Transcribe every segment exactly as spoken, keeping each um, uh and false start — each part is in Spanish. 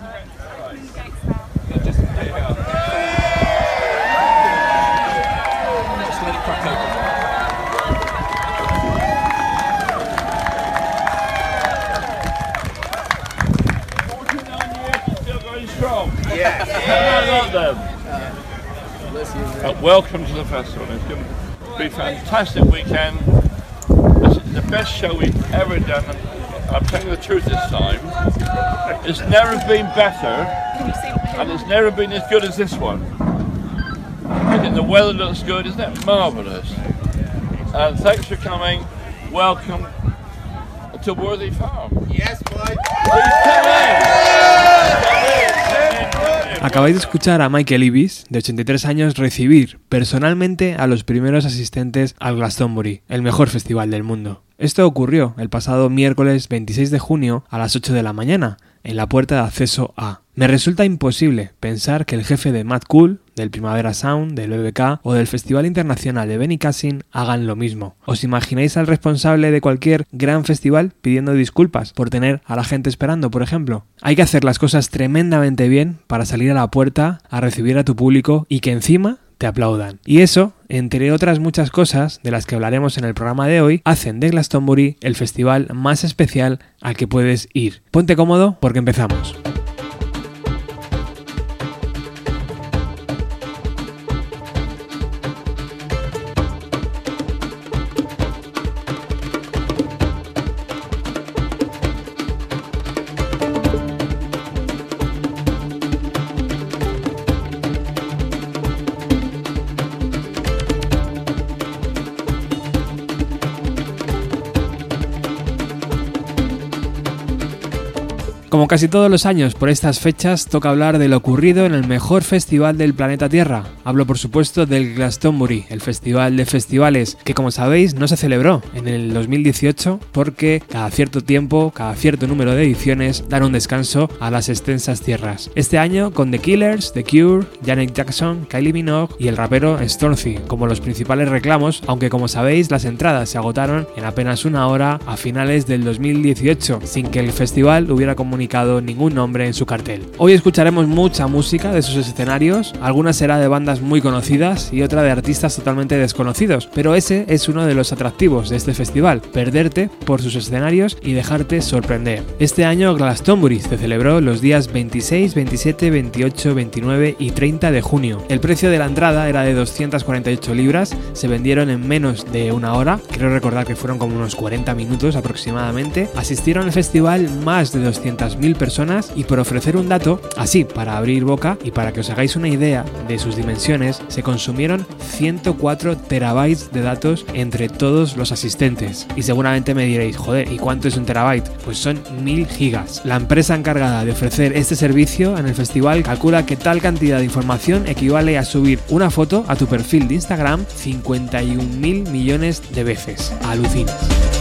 Uh, welcome to the festival. It's going to be a fantastic weekend. This is the best show we've ever done. I'm telling you the truth this time. It's never been better, and it's never been as good as this one. I think the weather looks good, isn't it? Marvellous. And thanks for coming. Welcome to Worthy Farm. Yes, boy. Please come in. Acabáis de escuchar a Michael Ibis, de ochenta y tres años, recibir personalmente a los primeros asistentes al Glastonbury, el mejor festival del mundo. Esto ocurrió el pasado miércoles veintiséis de junio a las ocho de la mañana, en la puerta de acceso A. Me resulta imposible pensar que el jefe de Mad Cool, del Primavera Sound, del B B K o del Festival Internacional de Benicassin hagan lo mismo. ¿Os imagináis al responsable de cualquier gran festival pidiendo disculpas por tener a la gente esperando, por ejemplo? Hay que hacer las cosas tremendamente bien para salir a la puerta a recibir a tu público y que encima te aplaudan. Y eso, entre otras muchas cosas de las que hablaremos en el programa de hoy, hacen de Glastonbury el festival más especial al que puedes ir. Ponte cómodo porque empezamos. Como casi todos los años por estas fechas toca hablar de lo ocurrido en el mejor festival del planeta Tierra. Hablo por supuesto del Glastonbury, el festival de festivales que, como sabéis, no se celebró en el dos mil dieciocho porque cada cierto tiempo, cada cierto número de ediciones dan un descanso a las extensas tierras. Este año con The Killers, The Cure, Janet Jackson, Kylie Minogue y el rapero Stormzy como los principales reclamos, aunque como sabéis las entradas se agotaron en apenas una hora a finales del dos mil dieciocho sin que el festival hubiera comunicado ningún nombre en su cartel. Hoy escucharemos mucha música de sus escenarios, alguna será de bandas muy conocidas y otra de artistas totalmente desconocidos, pero ese es uno de los atractivos de este festival, perderte por sus escenarios y dejarte sorprender. Este año Glastonbury se celebró los días veintiséis, veintisiete, veintiocho, veintinueve y treinta de junio. El precio de la entrada era de doscientas cuarenta y ocho libras, se vendieron en menos de una hora, creo recordar que fueron como unos cuarenta minutos aproximadamente. Asistieron al festival más de doscientas mil personas y, por ofrecer un dato así para abrir boca y para que os hagáis una idea de sus dimensiones, se consumieron ciento cuatro terabytes de datos entre todos los asistentes. Y seguramente me diréis, joder, ¿y cuánto es un terabyte? Pues son mil gigas. La empresa encargada de ofrecer este servicio en el festival calcula que tal cantidad de información equivale a subir una foto a tu perfil de Instagram cincuenta y un mil millones de veces. Alucinas.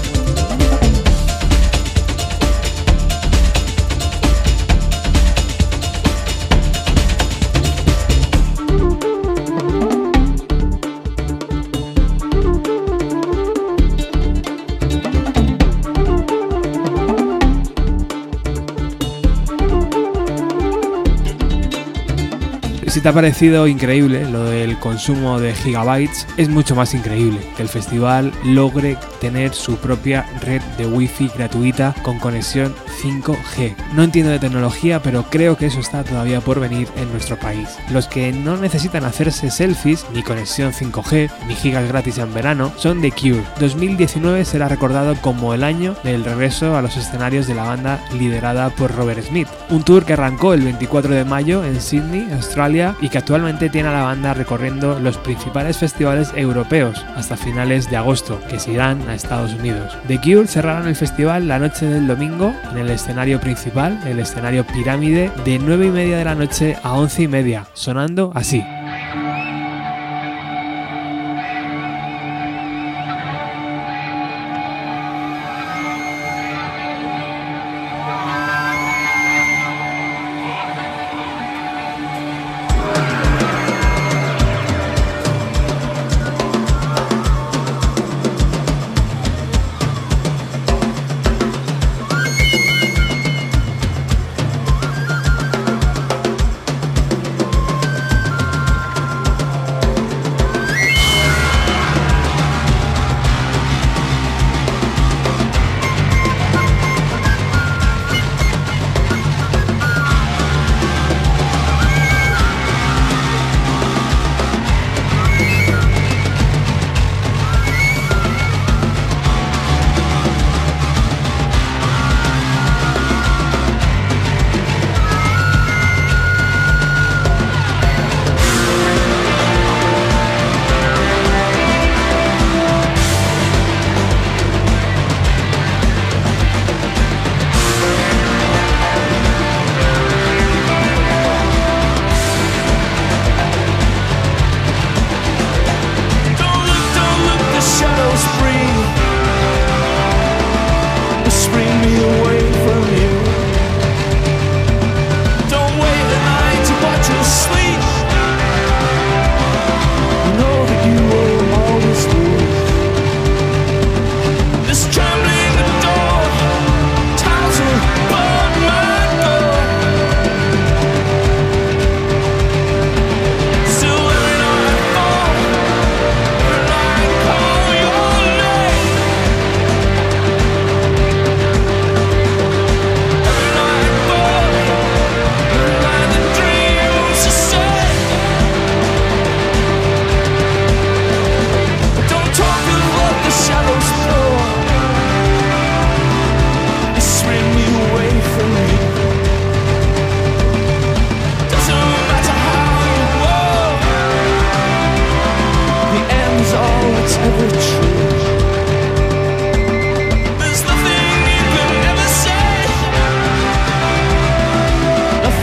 Si te ha parecido increíble lo del consumo de gigabytes, es mucho más increíble que el festival logre tener su propia red de wifi gratuita con conexión cinco G. No entiendo de tecnología, pero creo que eso está todavía por venir en nuestro país. Los que no necesitan hacerse selfies, ni conexión cinco G, ni gigas gratis en verano, son The Cure. dos mil diecinueve será recordado como el año del regreso a los escenarios de la banda liderada por Robert Smith. Un tour que arrancó el veinticuatro de mayo en Sydney, Australia, y que actualmente tiene a la banda recorriendo los principales festivales europeos hasta finales de agosto, que se irán a Estados Unidos. The Cure cerraron el festival la noche del domingo en el escenario principal, el escenario Pirámide, de nueve y media de la noche a once y media, sonando así.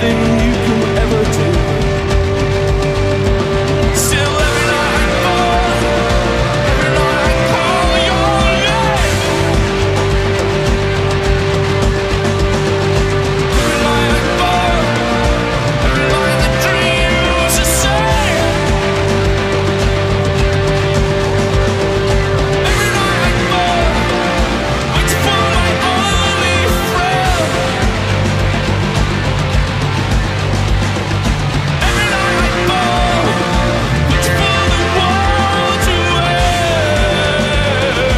everything you can ever do. Still every night I fall, every night I call your name. Every night I fall, every night the dreams the same. Every night I fall, wait for my only friend. Every night I fall, wait for the world to end.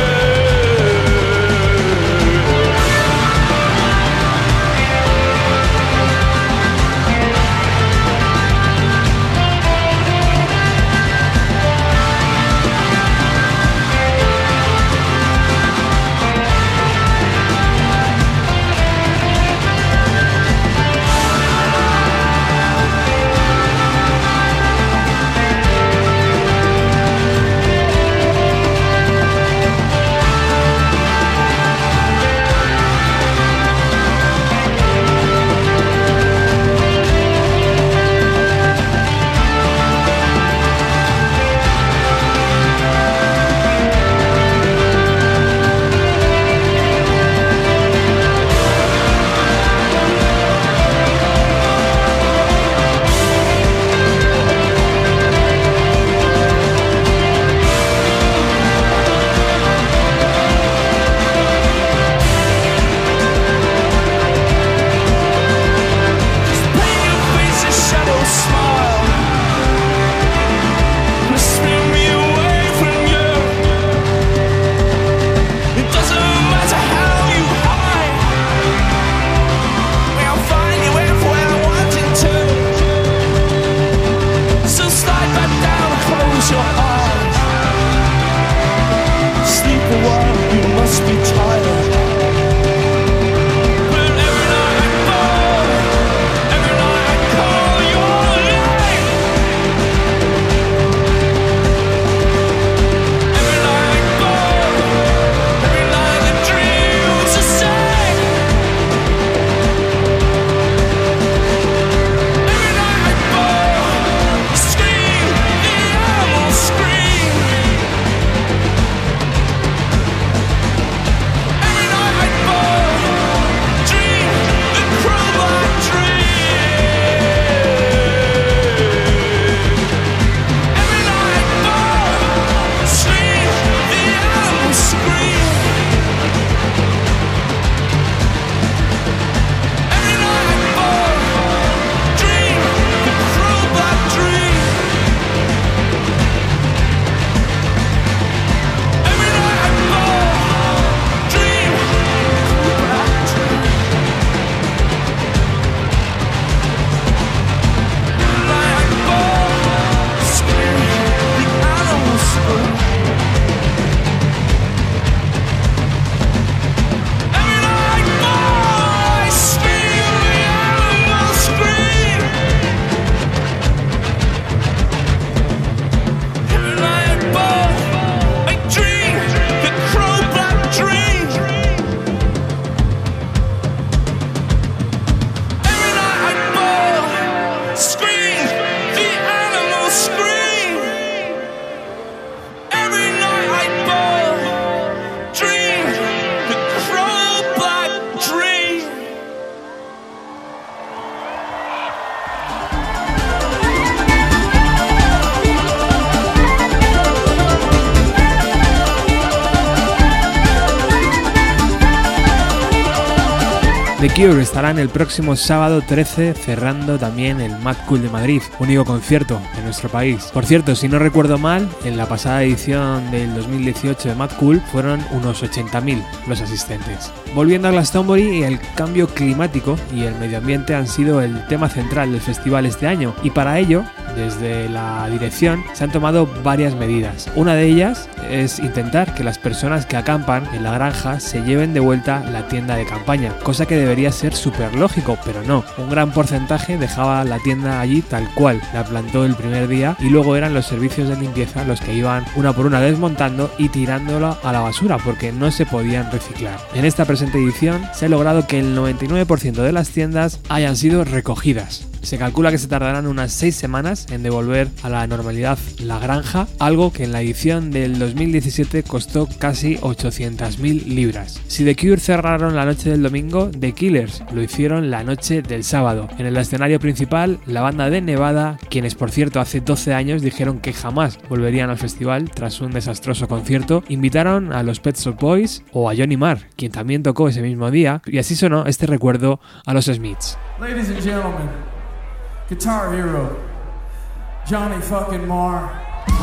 The Cure estarán el próximo sábado trece cerrando también el Mad Cool de Madrid, único concierto en nuestro país. Por cierto, si no recuerdo mal, en la pasada edición del dos mil dieciocho de Mad Cool fueron unos ochenta mil los asistentes. Volviendo a Glastonbury, el cambio climático y el medio ambiente han sido el tema central del festival este año, y para ello, desde la dirección se han tomado varias medidas. Una de ellas es intentar que las personas que acampan en la granja se lleven de vuelta la tienda de campaña, cosa que debería debería ser súper lógico, pero no. Un gran porcentaje dejaba la tienda allí tal cual, la plantó el primer día y luego eran los servicios de limpieza los que iban una por una desmontando y tirándola a la basura porque no se podían reciclar. En esta presente edición se ha logrado que el noventa y nueve por ciento de las tiendas hayan sido recogidas. Se calcula que se tardarán unas seis semanas en devolver a la normalidad la granja, algo que en la edición del dos mil diecisiete costó casi ochocientas mil libras. Si The Cure cerraron la noche del domingo, The Killers lo hicieron la noche del sábado. En el escenario principal, la banda de Nevada, quienes por cierto hace doce años dijeron que jamás volverían al festival tras un desastroso concierto, invitaron a los Pet Shop Boys o a Johnny Marr, quien también tocó ese mismo día, y así sonó este recuerdo a los Smiths. Ladies and gentlemen, Guitar Hero, Johnny fucking Marr.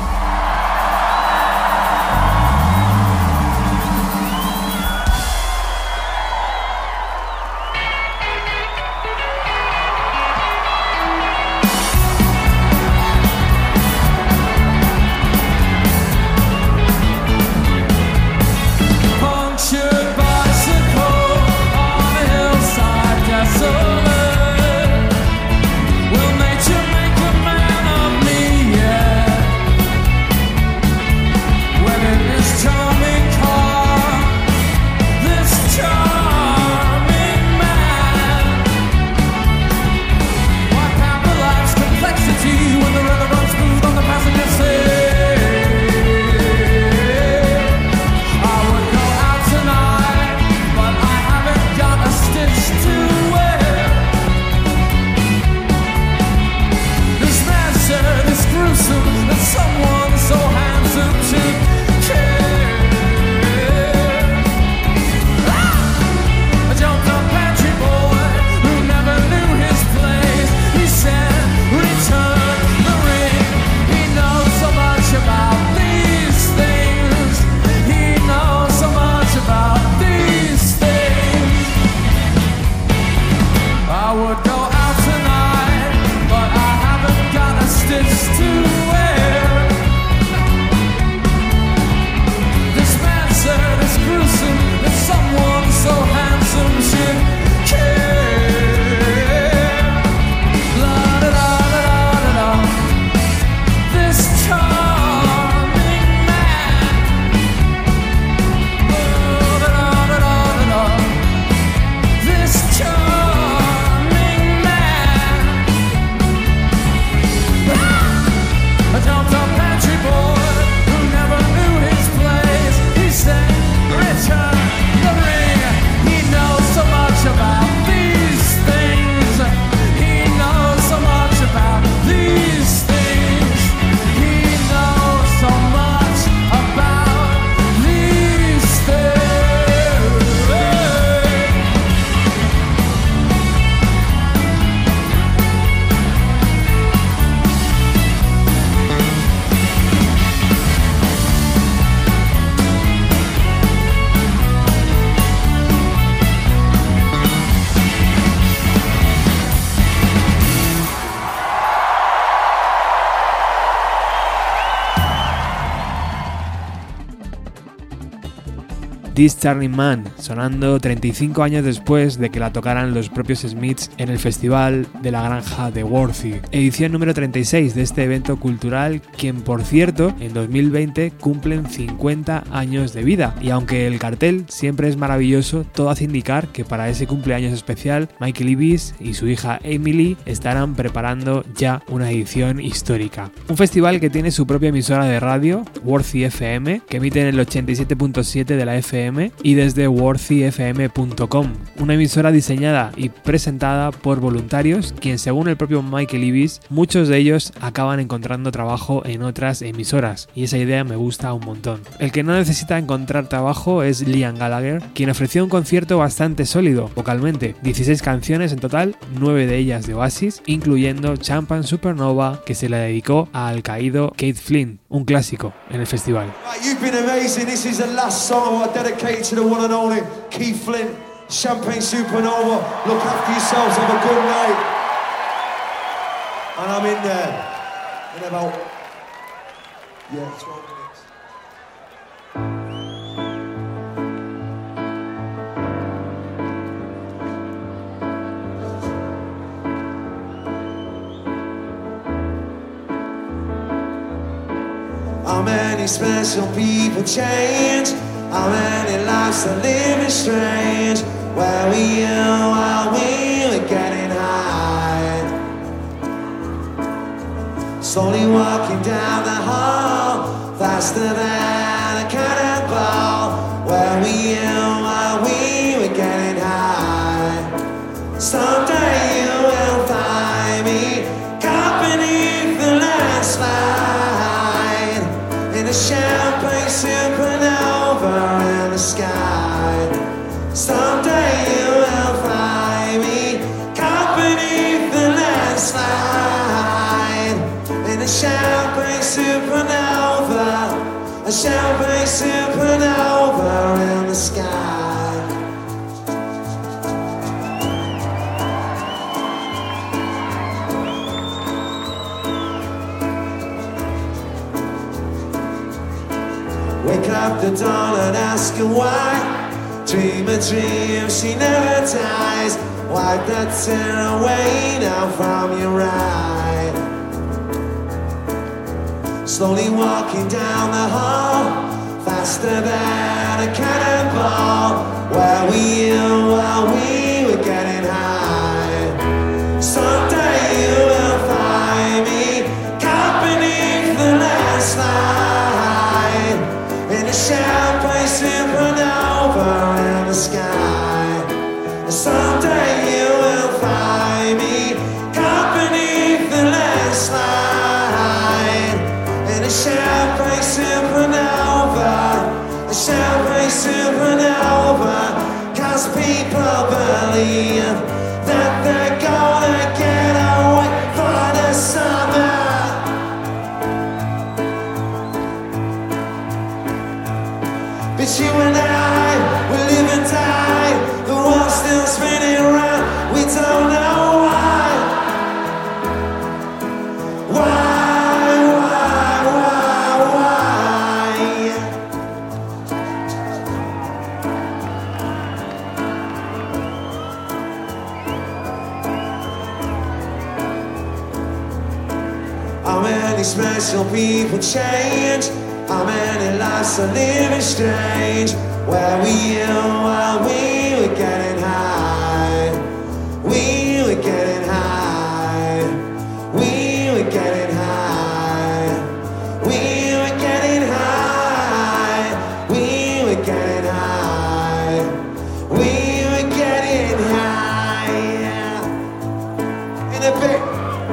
This Charming Man, sonando treinta y cinco años después de que la tocaran los propios Smiths en el Festival de la Granja de Worthy, edición número treinta y seis de este evento cultural, quien por cierto en dos mil veinte cumplen cincuenta años de vida, y aunque el cartel siempre es maravilloso, todo hace indicar que para ese cumpleaños especial Michael Ibis y su hija Emily estarán preparando ya una edición histórica. Un festival que tiene su propia emisora de radio, Worthy F M, que emite en el ochenta y siete punto siete de la F M, y desde worthy f m punto com, una emisora diseñada y presentada por voluntarios, quien según el propio Michael Ibis, muchos de ellos acaban encontrando trabajo en otras emisoras, y esa idea me gusta un montón. El que no necesita encontrar trabajo es Liam Gallagher, quien ofreció un concierto bastante sólido vocalmente, dieciséis canciones en total, nueve de ellas de Oasis, incluyendo Champagne Supernova, que se la dedicó al caído Keith Flint, un clásico en el festival. Right, you've been amazing. This is the last song I want to dedicate to the one and only Keith Flint. Champagne Supernova. Look after yourselves. Have a good night. And I'm in there in about yeah twelve minutes. How many special people change? How many lives are living strange? Where were you while we were getting high? Slowly walking down the hall, faster than a cannonball. Where were you while we were getting high? Someday you will find me caught beneath the landslide in a champagne supernova in the sky. Someday you will find me caught beneath the landslide in a champagne supernova, a champagne supernova in the sky. Wake up the dawn and ask her why. Dream a dream, she never dies. Wipe that tear away now from your eye. Slowly walking down the hall, faster than a cannonball. Where were you while we were getting high? Someday you will find me caught beneath the landslide in a champagne supernova in the sky. Someday you will find me caught beneath the landslide in a champagne supernova, a champagne supernova. Cause people believe that they're gonna get away for the summer. But you and I will live and die. The world's still spinning round. We don't know why. Why, why, why, why? How many special people change? How many lives are living strange? Where were you while we were getting high? We were getting high. We were getting high. We were getting high. We were getting high. We were getting high. Yeah. In a bit.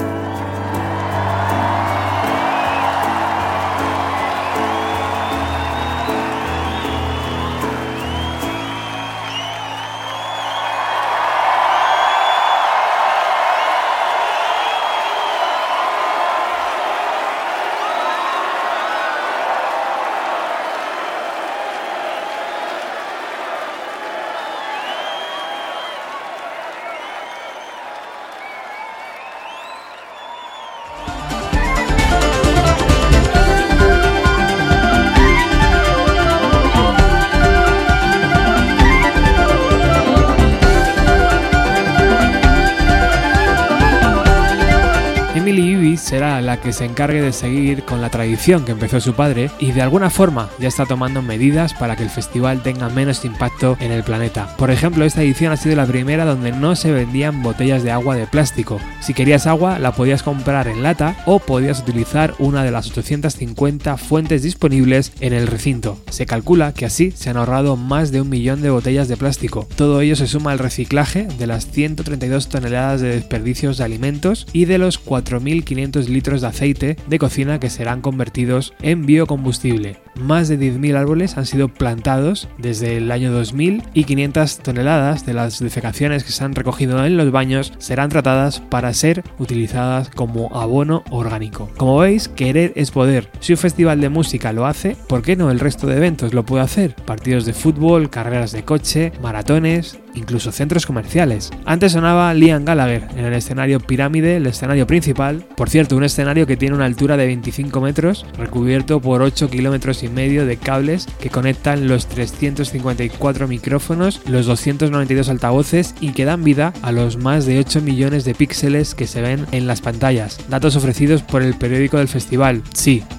Será la que se encargue de seguir con la tradición que empezó su padre y de alguna forma ya está tomando medidas para que el festival tenga menos impacto en el planeta. Por ejemplo, esta edición ha sido la primera donde no se vendían botellas de agua de plástico. Si querías agua la podías comprar en lata o podías utilizar una de las ochocientas cincuenta fuentes disponibles en el recinto. Se calcula que así se han ahorrado más de un millón de botellas de plástico. Todo ello se suma al reciclaje de las ciento treinta y dos toneladas de desperdicios de alimentos y de los cuatro mil quinientos litros de aceite de cocina que serán convertidos en biocombustible. Más de diez mil árboles han sido plantados desde el año dos mil y quinientas toneladas de las defecaciones que se han recogido en los baños serán tratadas para ser utilizadas como abono orgánico. Como veis, querer es poder. Si un festival de música lo hace, ¿por qué no el resto de eventos lo puede hacer? Partidos de fútbol, carreras de coche, maratones, incluso centros comerciales. Antes sonaba Liam Gallagher en el escenario Pirámide, el escenario principal. Por cierto, un escenario que tiene una altura de veinticinco metros, recubierto por ocho kilómetros y medio de cables que conectan los trescientos cincuenta y cuatro micrófonos, los doscientos noventa y dos altavoces y que dan vida a los más de ocho millones de píxeles que se ven en las pantallas. Datos ofrecidos por el periódico del festival. Sí,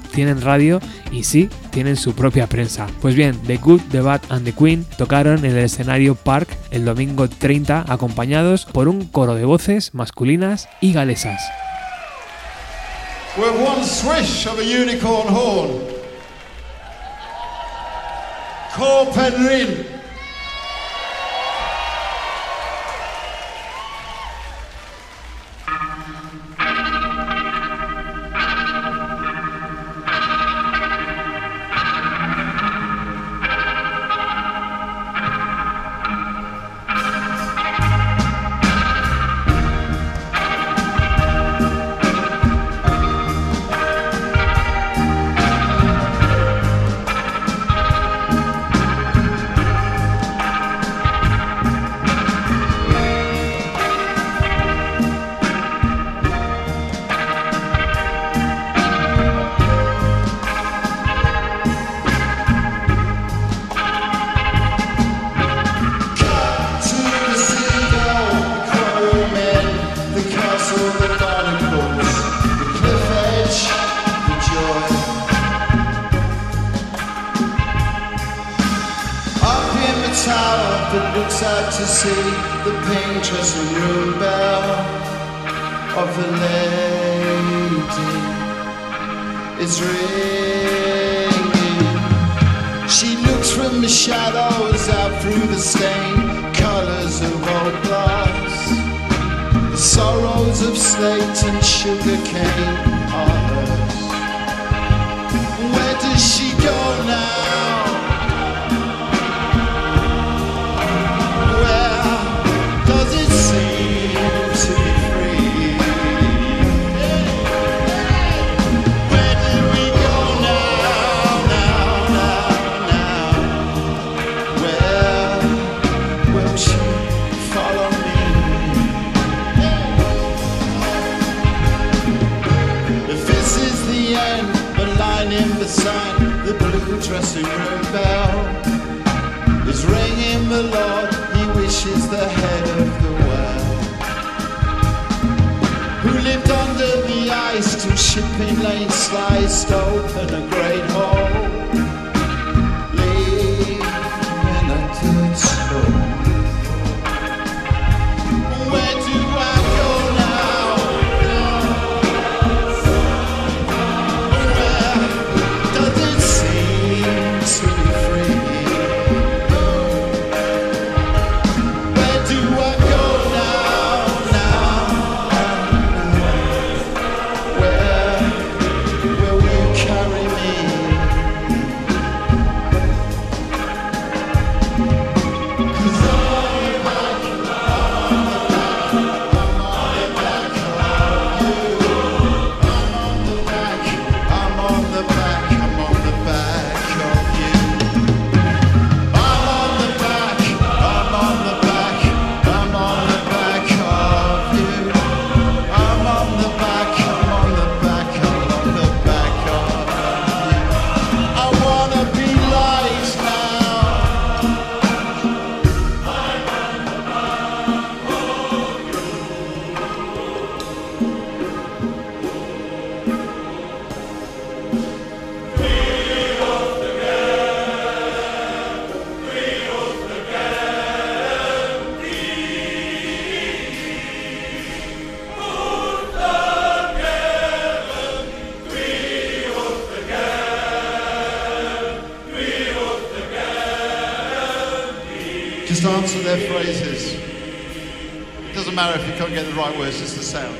tienen radio y sí, tienen su propia prensa. Pues bien, The Good, The Bad and The Queen tocaron en el escenario Park el domingo treinta acompañados por un coro de voces masculinas y galesas. With one swish of a unicorn horn, Cor Penryn. To see the pink dressing room bell of a lady is ringing. She looks from the shadows out through the stained colours of old glass. The sorrows of slate and sugar cane are hers. Where does she go now? Dressing room bell is ringing the Lord, he wishes the head of the well, who lived under the ice till shipping lane sliced open a great hole, leaving a good soul. Where do I go now? Where does it seem to be free? Where do I go now, now, now? Where will you carry me? Just answer their phrases. It doesn't matter if you can't get the right words, just the sound.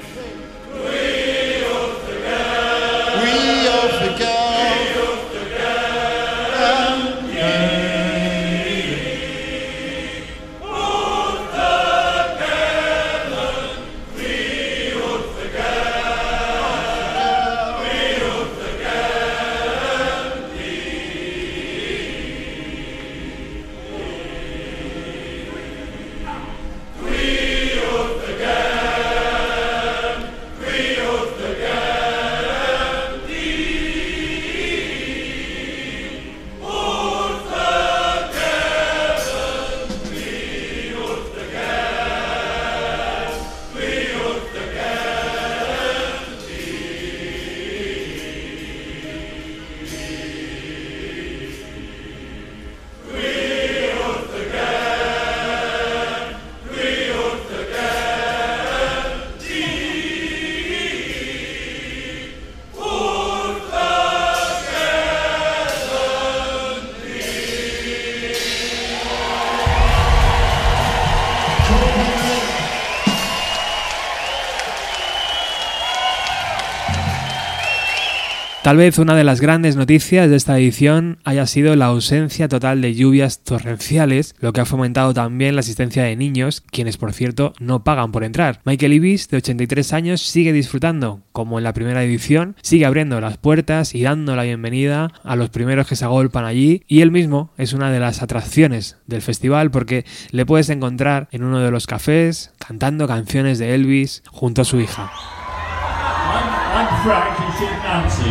We of the girl. We of the girl. We of the girl. Of the Kevin. We of the girl. We of the girl. Tal vez una de las grandes noticias de esta edición haya sido la ausencia total de lluvias torrenciales, lo que ha fomentado también la asistencia de niños, quienes por cierto no pagan por entrar. Michael Ibis, de ochenta y tres años, sigue disfrutando, como en la primera edición, sigue abriendo las puertas y dando la bienvenida a los primeros que se agolpan allí, y él mismo es una de las atracciones del festival porque le puedes encontrar en uno de los cafés cantando canciones de Elvis junto a su hija. I'm Frank and she's Nancy.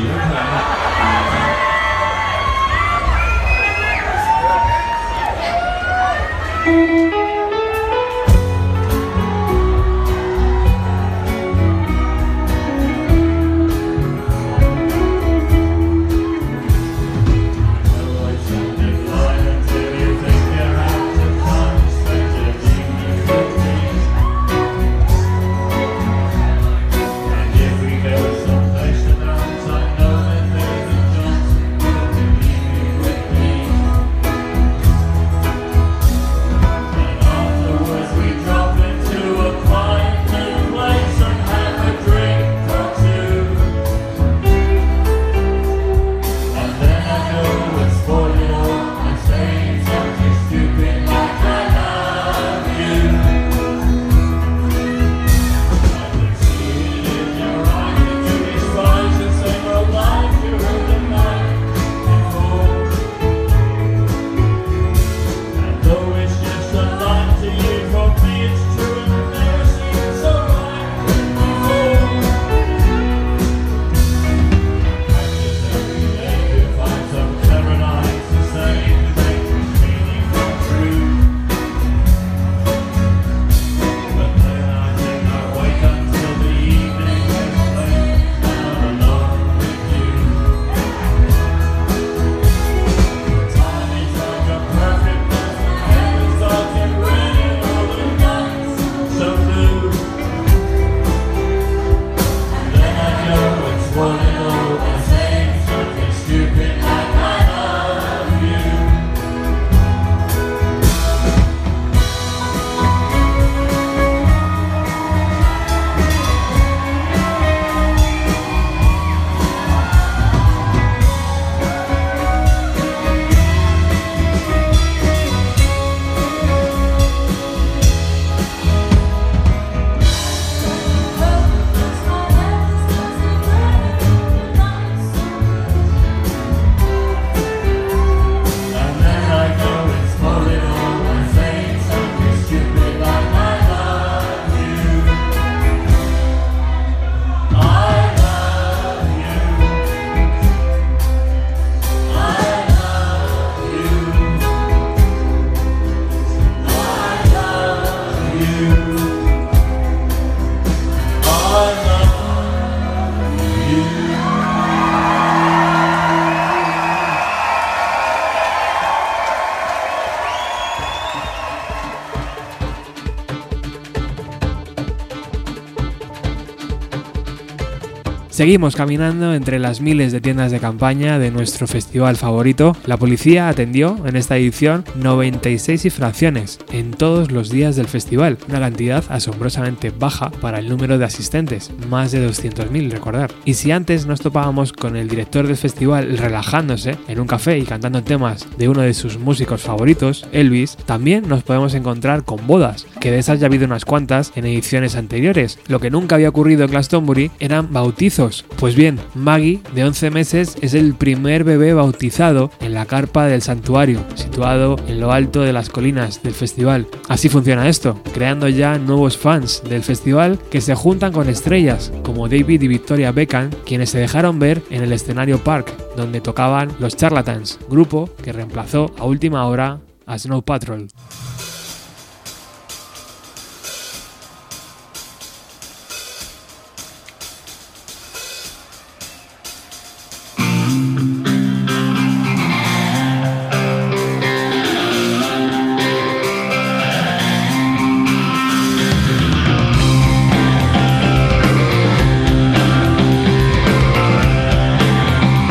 Seguimos caminando entre las miles de tiendas de campaña de nuestro festival favorito. La policía atendió en esta edición noventa y seis infracciones en todos los días del festival, una cantidad asombrosamente baja para el número de asistentes, más de doscientos mil, recordar. Y si antes nos topábamos con el director del festival relajándose en un café y cantando temas de uno de sus músicos favoritos, Elvis, también nos podemos encontrar con bodas, que de esas ya ha habido unas cuantas en ediciones anteriores. Lo que nunca había ocurrido en Glastonbury eran bautizos. Pues bien, Maggie, de once meses, es el primer bebé bautizado en la carpa del santuario, situado en lo alto de las colinas del festival. Así funciona esto, creando ya nuevos fans del festival que se juntan con estrellas como David y Victoria Beckham, quienes se dejaron ver en el escenario Park, donde tocaban los Charlatans, grupo que reemplazó a última hora a Snow Patrol.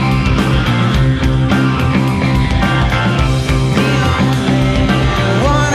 One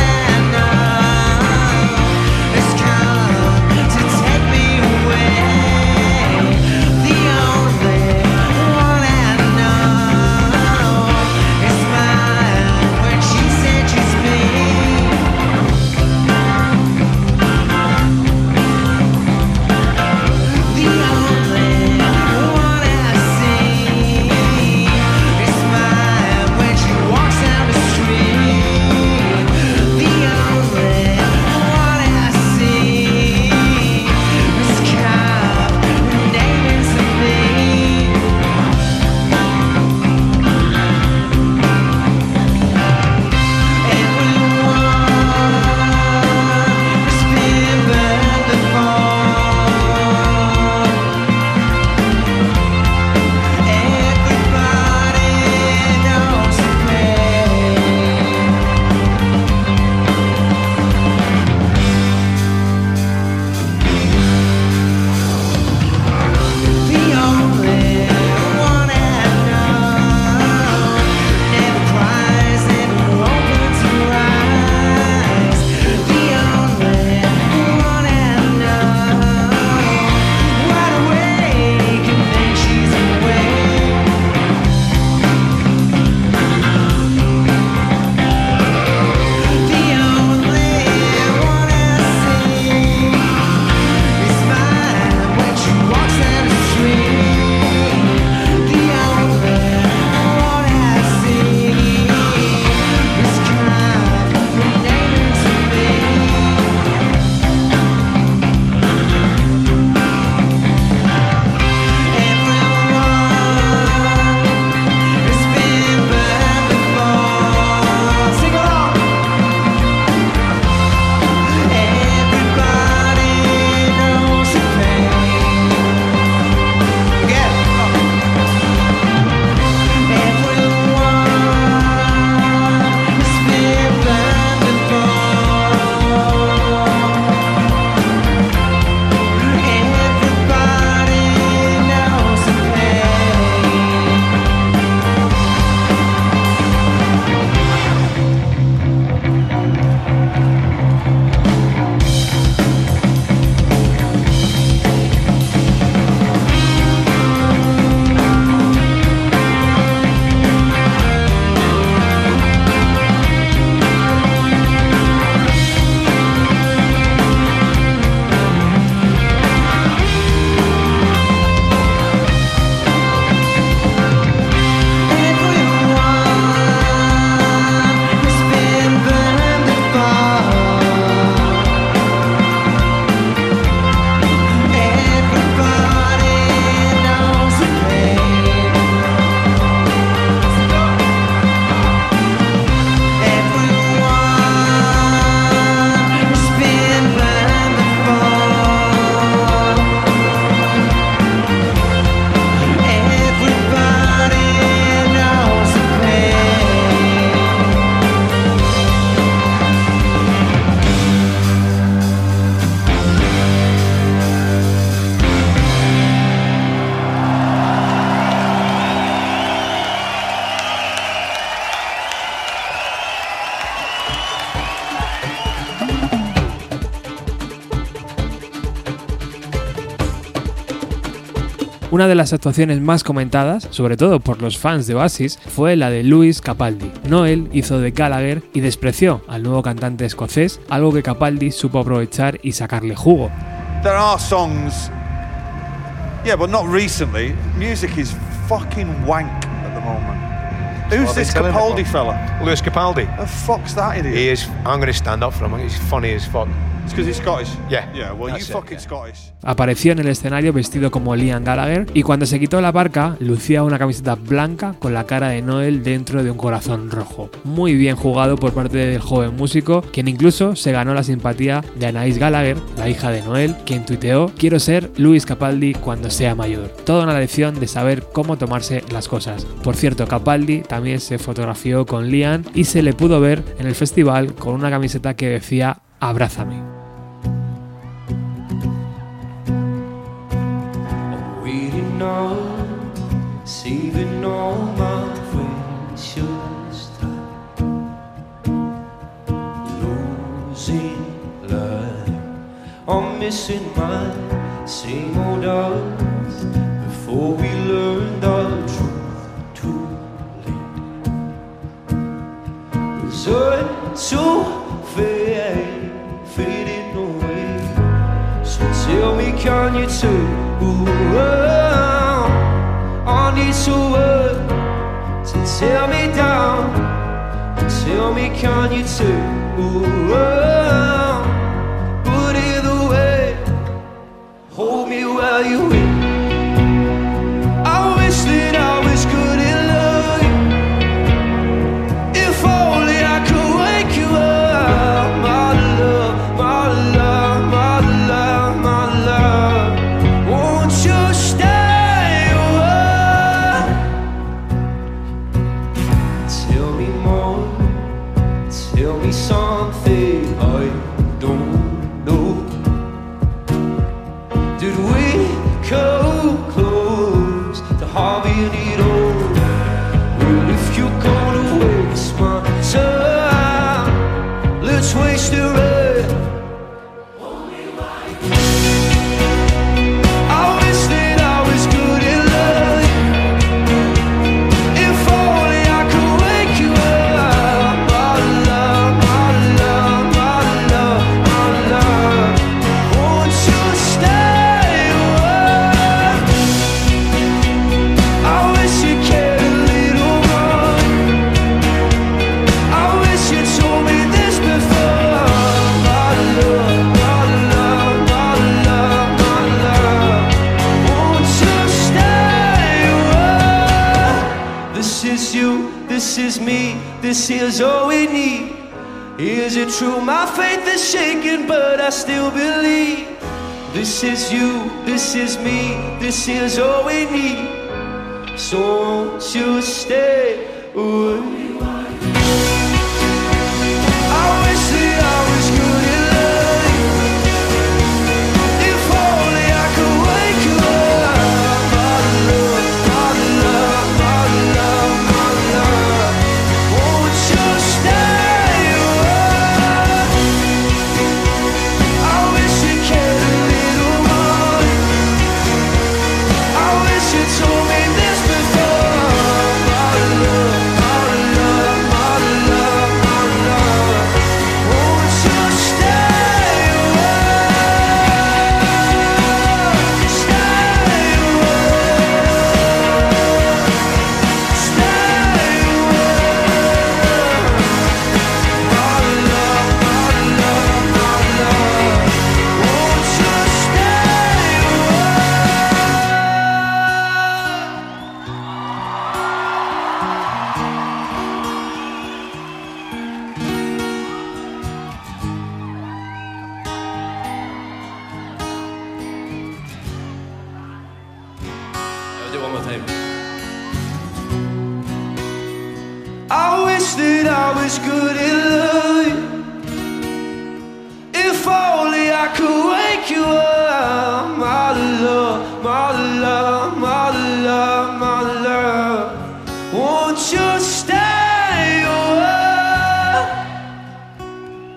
Una de las actuaciones más comentadas, sobre todo por los fans de Oasis, fue la de Lewis Capaldi. Noel hizo de Gallagher y despreció al nuevo cantante escocés, algo que Capaldi supo aprovechar y sacarle jugo. There are songs, yeah, but not recently. Music is fucking wank at the moment. Who's this Capaldi fella? Lewis Capaldi. The fuck's that idiot? He is. I'm going to stand up for him. He's funny as fuck. It's because he's Scottish. Yeah. Yeah. Well, you That's it, fucking yeah. Scottish. Apareció en el escenario vestido como Liam Gallagher y cuando se quitó la parca lucía una camiseta blanca con la cara de Noel dentro de un corazón rojo. Muy bien jugado por parte del joven músico, quien incluso se ganó la simpatía de Anaïs Gallagher, la hija de Noel, quien tuiteó: "Quiero ser Lewis Capaldi cuando sea mayor". Toda una lección de saber cómo tomarse las cosas. Por cierto, Capaldi también se fotografió con Liam y se le pudo ver en el festival con una camiseta que decía "Abrázame". Waiting on, saving all my precious time, losing life, I'm missing my same old us. Before we learned the truth too late, resort to fade, fading away. So tell me, can you take I need someone to tear me down. Tell me, can you turn? But either way, hold me while you wait. I wish that I was good at love. If only I could wake you up, my love, my love, my love, my love. Won't you stay away? Tell me more, tell me something I don't know. Did we come close to having it all? Well, if you're gonna waste my time, let's waste it right. This is me, this is all we need. Is it true? My faith is shaking, but I still believe. This is you, this is me, this is all we need. So won't you stay away? I wish that I was good at love. If only I could wake you up, my love, my love, my love, my love. Won't you stay away?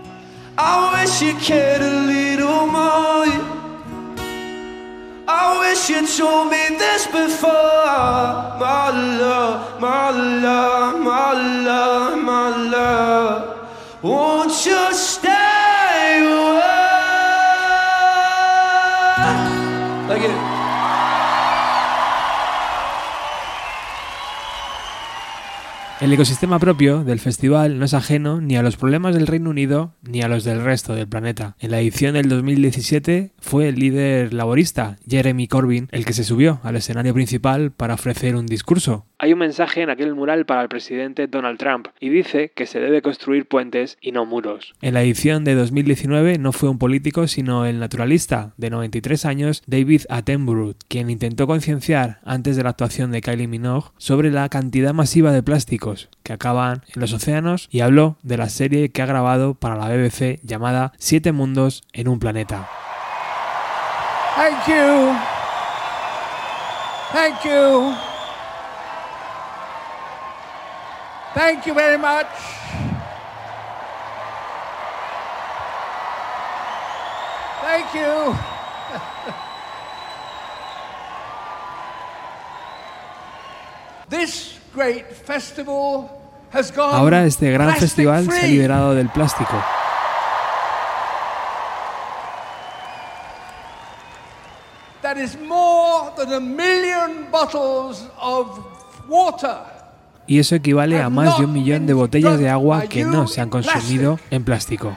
I wish you cared a little more. I wish wish you told me this before. My love, my love, my love, my love. Won't you stay away? Thank you. El ecosistema propio del festival no es ajeno ni a los problemas del Reino Unido ni a los del resto del planeta. En la edición del dos mil diecisiete fue el líder laborista, Jeremy Corbyn, el que se subió al escenario principal para ofrecer un discurso. Hay un mensaje en aquel mural para el presidente Donald Trump y dice que se debe construir puentes y no muros. En la edición de dos mil diecinueve no fue un político sino el naturalista de noventa y tres años David Attenborough, quien intentó concienciar antes de la actuación de Kylie Minogue sobre la cantidad masiva de plásticos que acaban en los océanos y habló de la serie que ha grabado para la B B C llamada Siete mundos en un planeta. Thank you. Thank you. Thank you very much. Thank you. This great festival has gone. Ahora este gran festival se ha liberado del plástico. That is more than a million bottles of water. Y eso equivale a más de un millón de botellas de agua que no se han consumido en plástico.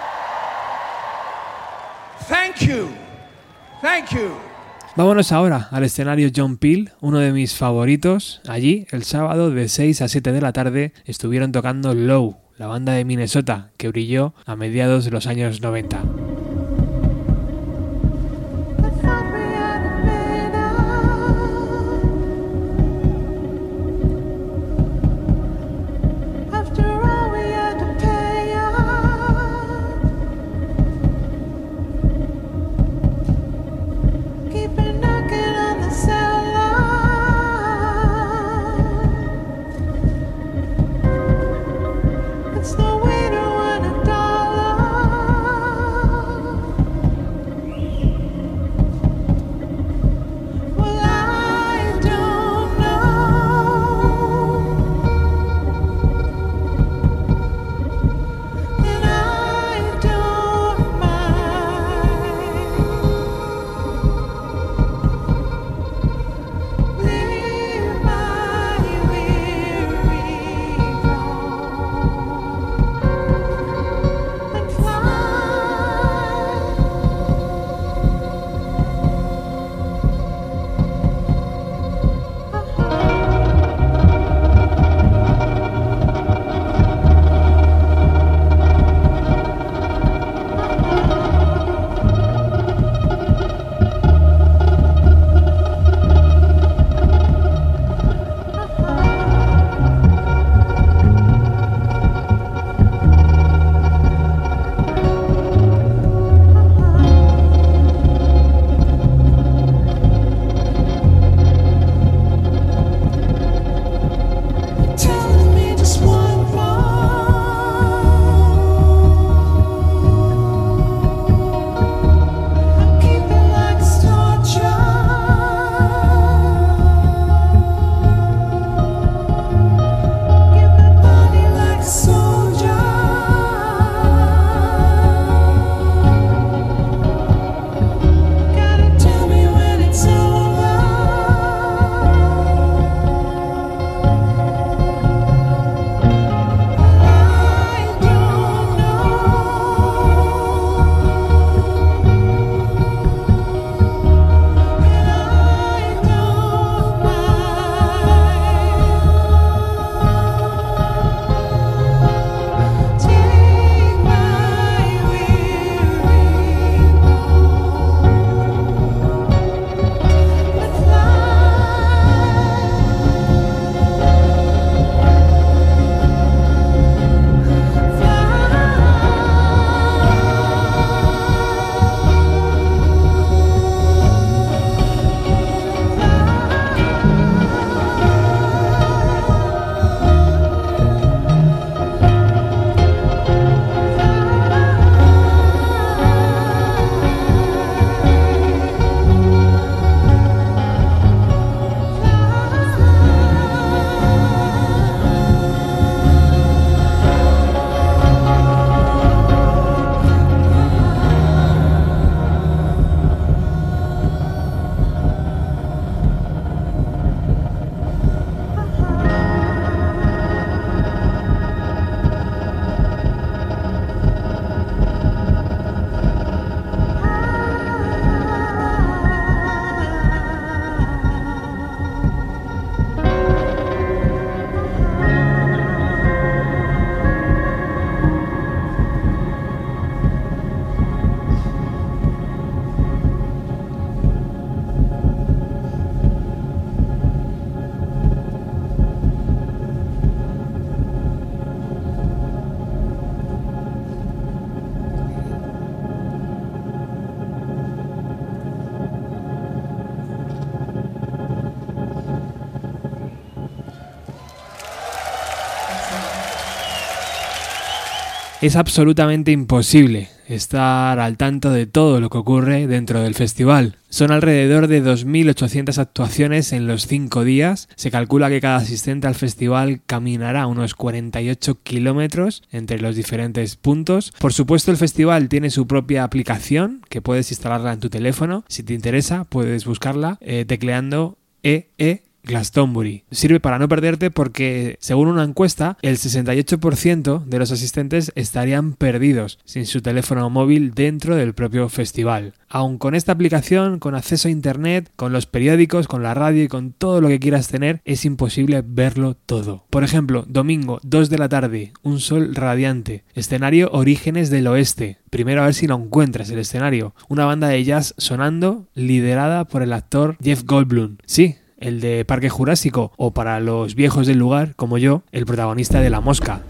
Thank you. Thank you. Vámonos ahora al escenario John Peel, uno de mis favoritos. Allí, el sábado de seis a siete de la tarde, estuvieron tocando Low, la banda de Minnesota, que brilló a mediados de los años noventa. Es absolutamente imposible estar al tanto de todo lo que ocurre dentro del festival. Son alrededor de dos mil ochocientas actuaciones en los cinco días. Se calcula que cada asistente al festival caminará unos cuarenta y ocho kilómetros entre los diferentes puntos. Por supuesto, el festival tiene su propia aplicación que puedes instalarla en tu teléfono. Si te interesa, puedes buscarla eh, tecleando E E Glastonbury. Sirve para no perderte porque, según una encuesta, el sesenta y ocho por ciento de los asistentes estarían perdidos sin su teléfono móvil dentro del propio festival. Aun con esta aplicación, con acceso a internet, con los periódicos, con la radio y con todo lo que quieras tener, es imposible verlo todo. Por ejemplo, domingo, dos de la tarde, un sol radiante, escenario Orígenes del Oeste. Primero a ver si lo encuentras el escenario. Una banda de jazz sonando, liderada por el actor Jeff Goldblum. Sí, el de Parque Jurásico, o para los viejos del lugar, como yo, el protagonista de La Mosca.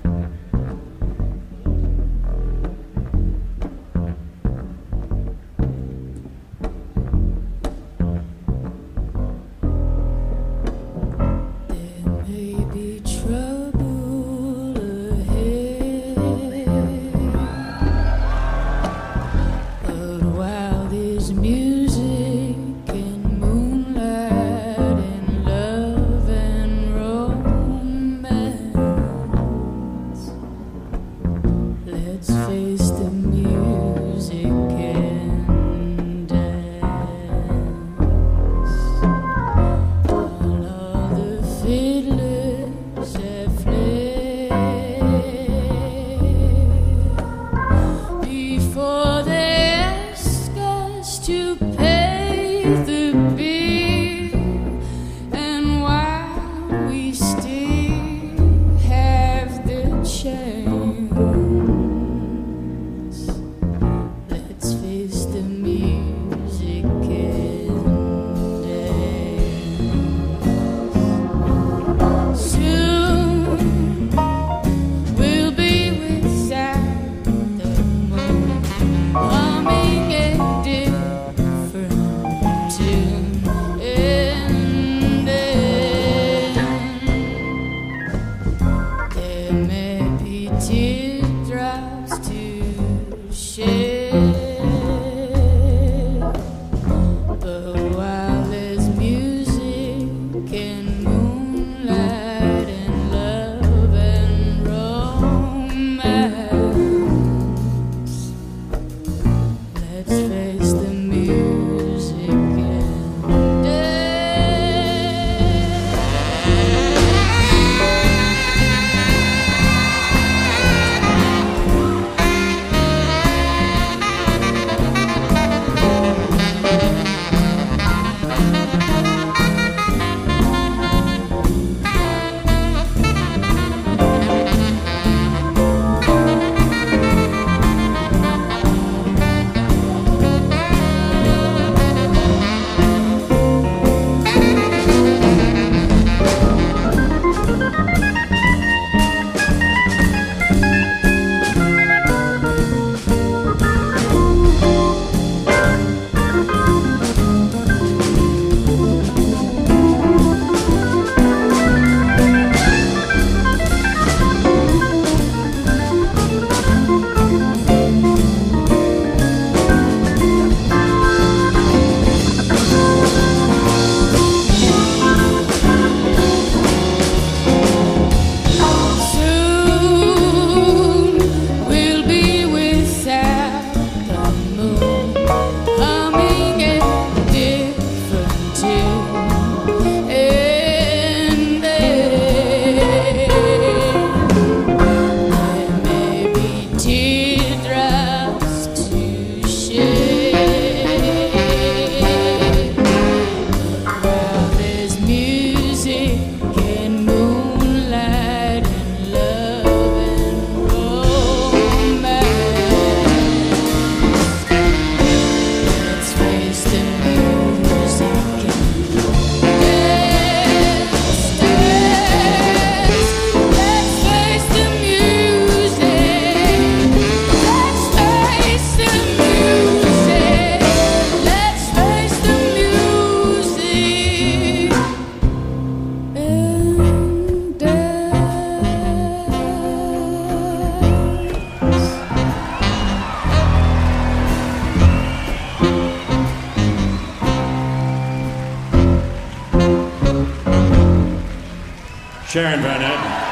Coming in different tune. Sharon Van Etten.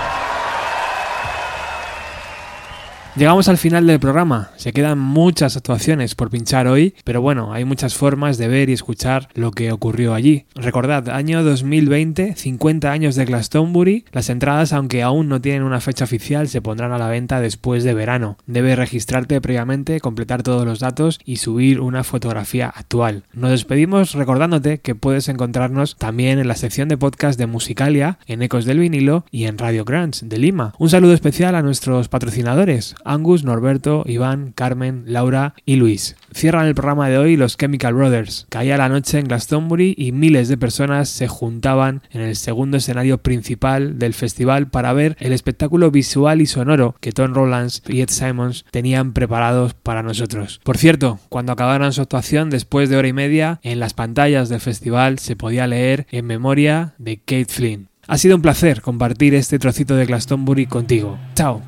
Llegamos al final del programa, se quedan muchas actuaciones por pinchar hoy, pero bueno, hay muchas formas de ver y escuchar lo que ocurrió allí. Recordad, año dos mil veinte, cincuenta años de Glastonbury, las entradas, aunque aún no tienen una fecha oficial, se pondrán a la venta después de verano. Debes registrarte previamente, completar todos los datos y subir una fotografía actual. Nos despedimos recordándote que puedes encontrarnos también en la sección de podcast de Musicalia, en Ecos del Vinilo y en Radio Grunge de Lima. Un saludo especial a nuestros patrocinadores, Angus, Norberto, Iván, Carmen, Laura y Luis. Cierran el programa de hoy los Chemical Brothers. Caía la noche en Glastonbury y miles de personas se juntaban en el segundo escenario principal del festival para ver el espectáculo visual y sonoro que Tom Rowlands y Ed Simons tenían preparados para nosotros. Por cierto, cuando acabaron su actuación, después de hora y media, en las pantallas del festival se podía leer En memoria de Kate Flynn. Ha sido un placer compartir este trocito de Glastonbury contigo. ¡Chao!